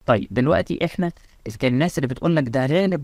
طيب دلوقتي احنا اذا كان الناس اللي بتقول لك ده غالب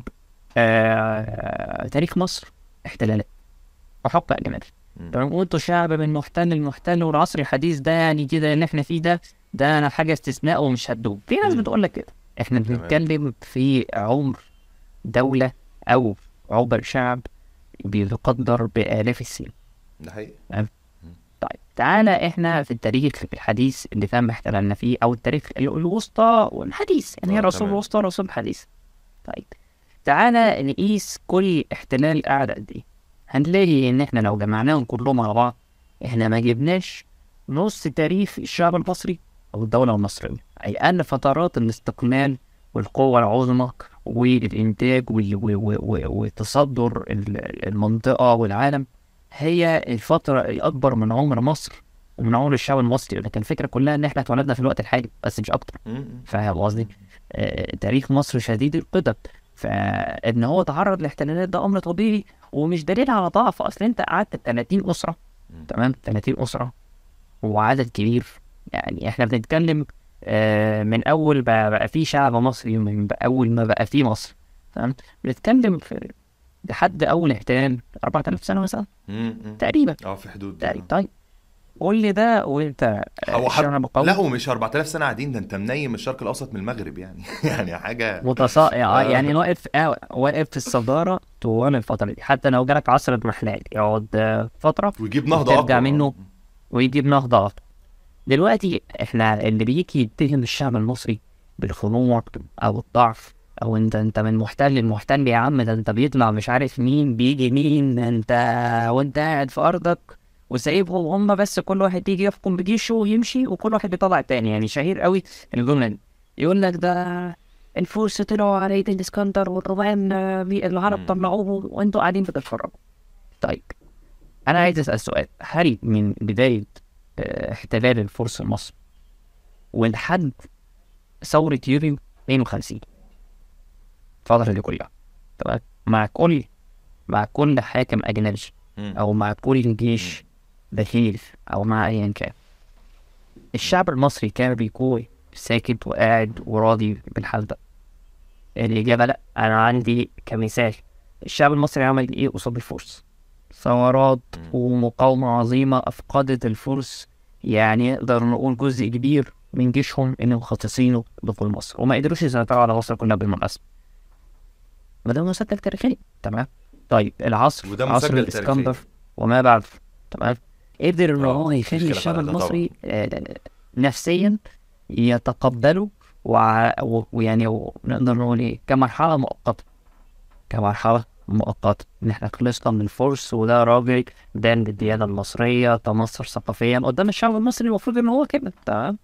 تاريخ مصر احتلالات وحكم اجنبي، تمام، وانتوا شعب من محتل المحتل والعصر الحديث ده يعني كده اللي احنا فيه ده انا حاجه استثناء ومش هتدوم. في ناس بتقول لك كده. احنا بنتكلم في عمر دوله او عمر شعب بيقدر بالاف السنين. ده حقيقي. طيب تعالى احنا في التاريخ الحديث اللي تم احتلالنا فيه، او التاريخ الوسطى والحديث، يعني هي رسول الوسطى رسول الحديث. طيب تعالى نقيس كل احتلال قعد قد ايه. هنلاقي ان احنا لو جمعناهم كلهم على بعض احنا ما جبناش نص تاريخ الشعب المصري او الدولة المصرية، اي ان فترات الاستقلال والقوة العظمى والانتاج وتصدر المنطقة والعالم هي الفترة الأكبر من عمر مصر ومن عمر الشعب المصري. لكن الفكرة كلها إن إحنا اتولدنا في الوقت الحالي بس مش أكتر. فاهم قصدي؟ تاريخ مصر شديد القدم، فإن هو تعرض لاحتلالات ده أمر طبيعي ومش دليل على ضعف. أصل أنت قعدت 30 أسرة، تمام، 30 أسرة وعدد كبير. يعني إحنا بنتكلم من أول بقى في شعب مصري، من أول ما بقى في مصر، تمام، بنتكلم في لحد اول احتلال 4000 سنه مثلا تقريبا. في حدود تقريبا. طيب قول لي ده وانت لا ومش 4000 سنه قاعدين، ده انت منيم الشرق الاوسط من المغرب يعني يعني حاجه متصائع. يعني واقف في الصداره طوال الفتره دي. حتى لو جالك عصر الاحتلال يقعد فتره ويجيب نهضه ترجع اقوى منه ويجيب نهضه أكتر. دلوقتي احنا اللي بيجي يتهم الشعب المصري بالخنوع او الضعف، او انت من محتل المحتل يا عم، ده انت بيطلع مش عارف مين بيجي مين، انت وانت قاعد في ارضك وسايبهم هم بس كل واحد يجي يحكم بجيشه ويمشي وكل واحد بيطلع التاني. يعني شهير قوي الجمله دي، يقول لك ده الفرس طلعوا على ايد الاسكندر والرومان العرب طلعوهم وانتوا قاعدين بتتفرجوا. طيب انا عايز اسال سؤال، هل من بدايه احتلال الفرس لمصر ولحد ثورة يوليو 52 الفترة دي كلها، تمام، مع كل حاكم أجنبي أو مع كل جيش دخيل أو مع أيا كان، الشعب المصري كان بيكون ساكت وقاعد وراضي بالحال ده؟ الإجابة لأ. أنا عندي كمثال الشعب المصري عمل إيه قصاد الفرس؟ ثورات ومقاومة عظيمة أفقدت الفرس يعني نقدر نقول جزء كبير من جيشهم إنهم خاطسينه دخول مصر، وما قدروش يسيطروا على مصر كلها بالمناسبة. وده مسجل تاريخيا، تمام. طيب العصر عصر الإسكندر وما بعد، تمام، قدر إن هو يخلي الشعب المصري نفسيا يتقبله ويعني نقدر نقول إيه كمرحلة مؤقتة إن إحنا خلصنا من الفرس وده راجل دان بالديانة المصرية تمصر ثقافيا قدام الشعب المصري. المفروض إن هو كده، تمام،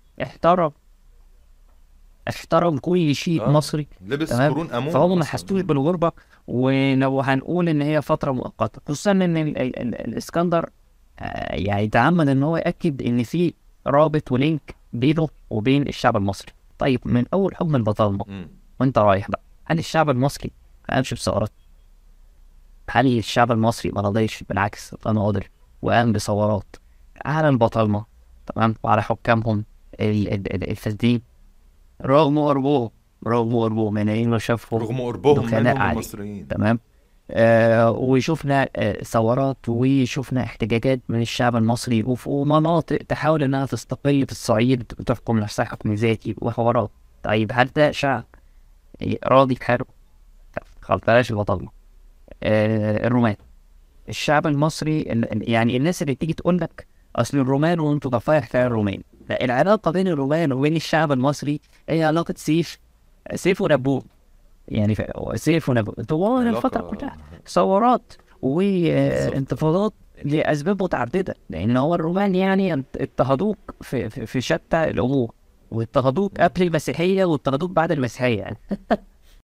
احترم كل شيء مصري، لبس قرون امون، فهم ما حسوش بالغربة. ولو هنقول إن هي فترة مؤقتة، خصوصا إن الإسكندر يعني تعمد إن هو يأكد إن في رابط ولينك بينه وبين الشعب المصري. طيب من أول حكم البطالمة وأنت رايح بقى، هل الشعب المصري ما قامش بثورات؟ هل الشعب المصري ما رضيش؟ بالعكس تناضل وقام بثورات على البطالمة، تمام، وعلى حكامهم الفاسدين رغم قربهم يعني ما شافهم رغم قربهم منهم المصريين، تمام. وشوفنا ثورات وشوفنا احتجاجات من الشعب المصري وفي مناطق تحاول انها تستقل في الصعيد وتحكم نفسها حكم ذاتي وحوارات. طيب هل ده شعب راضي بحاله؟ خلاص بلاش البطالمة. الرومان، الشعب المصري يعني الناس اللي تيجي تقول لك اصل الرومان وانتوا ضفايح في الرومان، لا، العلاقه بين الرومان وبين الشعب المصري هي علاقه سيف ونبوه. يعني سيف ونبوه طوال الفتره كلها، ثورات وانتفاضات لاسباب متعدده، لان هو الرومان يعني اضطهدوك في شتى الامور، واضطهدوك قبل المسيحيه واضطهدوك بعد المسيحيه يعني